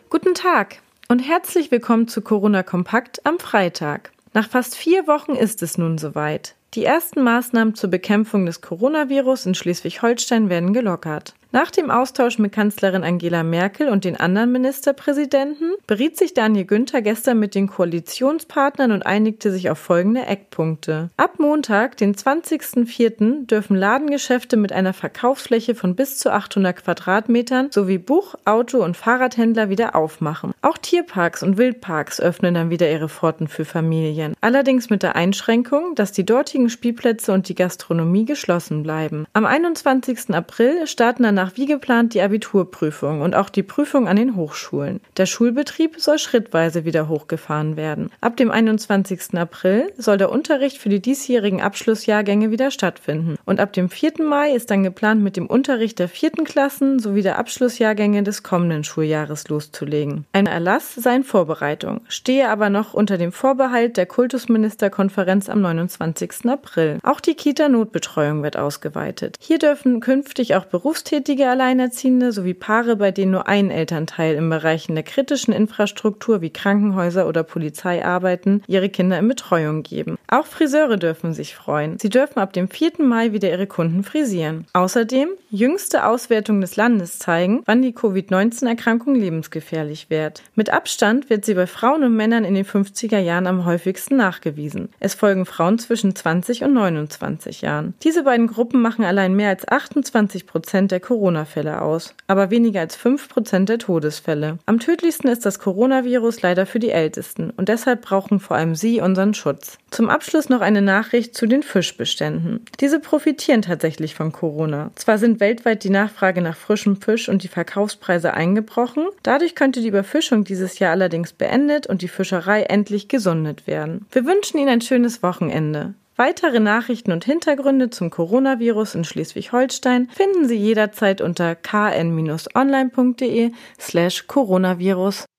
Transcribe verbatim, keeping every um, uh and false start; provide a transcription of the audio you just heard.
Guten Tag und herzlich willkommen zu Corona Kompakt am Freitag. Nach fast vier Wochen ist es nun soweit. Die ersten Maßnahmen zur Bekämpfung des Coronavirus in Schleswig-Holstein werden gelockert. Nach dem Austausch mit Kanzlerin Angela Merkel und den anderen Ministerpräsidenten beriet sich Daniel Günther gestern mit den Koalitionspartnern und einigte sich auf folgende Eckpunkte. Ab Montag, den zwanzigsten vierten, dürfen Ladengeschäfte mit einer Verkaufsfläche von bis zu achthundert Quadratmetern sowie Buch-, Auto- und Fahrradhändler wieder aufmachen. Auch Tierparks und Wildparks öffnen dann wieder ihre Pforten für Familien. Allerdings mit der Einschränkung, dass die dortigen Spielplätze und die Gastronomie geschlossen bleiben. Am einundzwanzigsten April starten dann nach wie geplant die Abiturprüfung und auch die Prüfung an den Hochschulen. Der Schulbetrieb soll schrittweise wieder hochgefahren werden. Ab dem einundzwanzigsten April soll der Unterricht für die diesjährigen Abschlussjahrgänge wieder stattfinden. Und ab dem vierten Mai ist dann geplant, mit dem Unterricht der vierten Klassen sowie der Abschlussjahrgänge des kommenden Schuljahres loszulegen. Ein Erlass sei in Vorbereitung, stehe aber noch unter dem Vorbehalt der Kultusministerkonferenz am neunundzwanzigsten April. Auch die Kita-Notbetreuung wird ausgeweitet. Hier dürfen künftig auch berufstätige Alleinerziehende sowie Paare, bei denen nur ein Elternteil in Bereichen der kritischen Infrastruktur wie Krankenhäuser oder Polizei arbeiten, ihre Kinder in Betreuung geben. Auch Friseure dürfen sich freuen. Sie dürfen ab dem vierten Mai wieder ihre Kunden frisieren. Außerdem, jüngste Auswertungen des Landes zeigen, wann die Covid neunzehn Erkrankung lebensgefährlich wird. Mit Abstand wird sie bei Frauen und Männern in den fünfziger Jahren am häufigsten nachgewiesen. Es folgen Frauen zwischen zwanzig und neunundzwanzig Jahren. Diese beiden Gruppen machen allein mehr als achtundzwanzig Prozent der Corona-Fälle aus, aber weniger als fünf Prozent der Todesfälle. Am tödlichsten ist das Coronavirus leider für die Ältesten und deshalb brauchen vor allem sie unseren Schutz. Zum Abschluss noch eine Nachricht zu den Fischbeständen. Diese profitieren tatsächlich von Corona. Zwar sind weltweit die Nachfrage nach frischem Fisch und die Verkaufspreise eingebrochen, dadurch könnte die Überfischung dieses Jahr allerdings beendet und die Fischerei endlich gesundet werden. Wir wünschen Ihnen ein schönes Wochenende. Weitere Nachrichten und Hintergründe zum Coronavirus in Schleswig-Holstein finden Sie jederzeit unter k n Bindestrich online punkt de slash Coronavirus.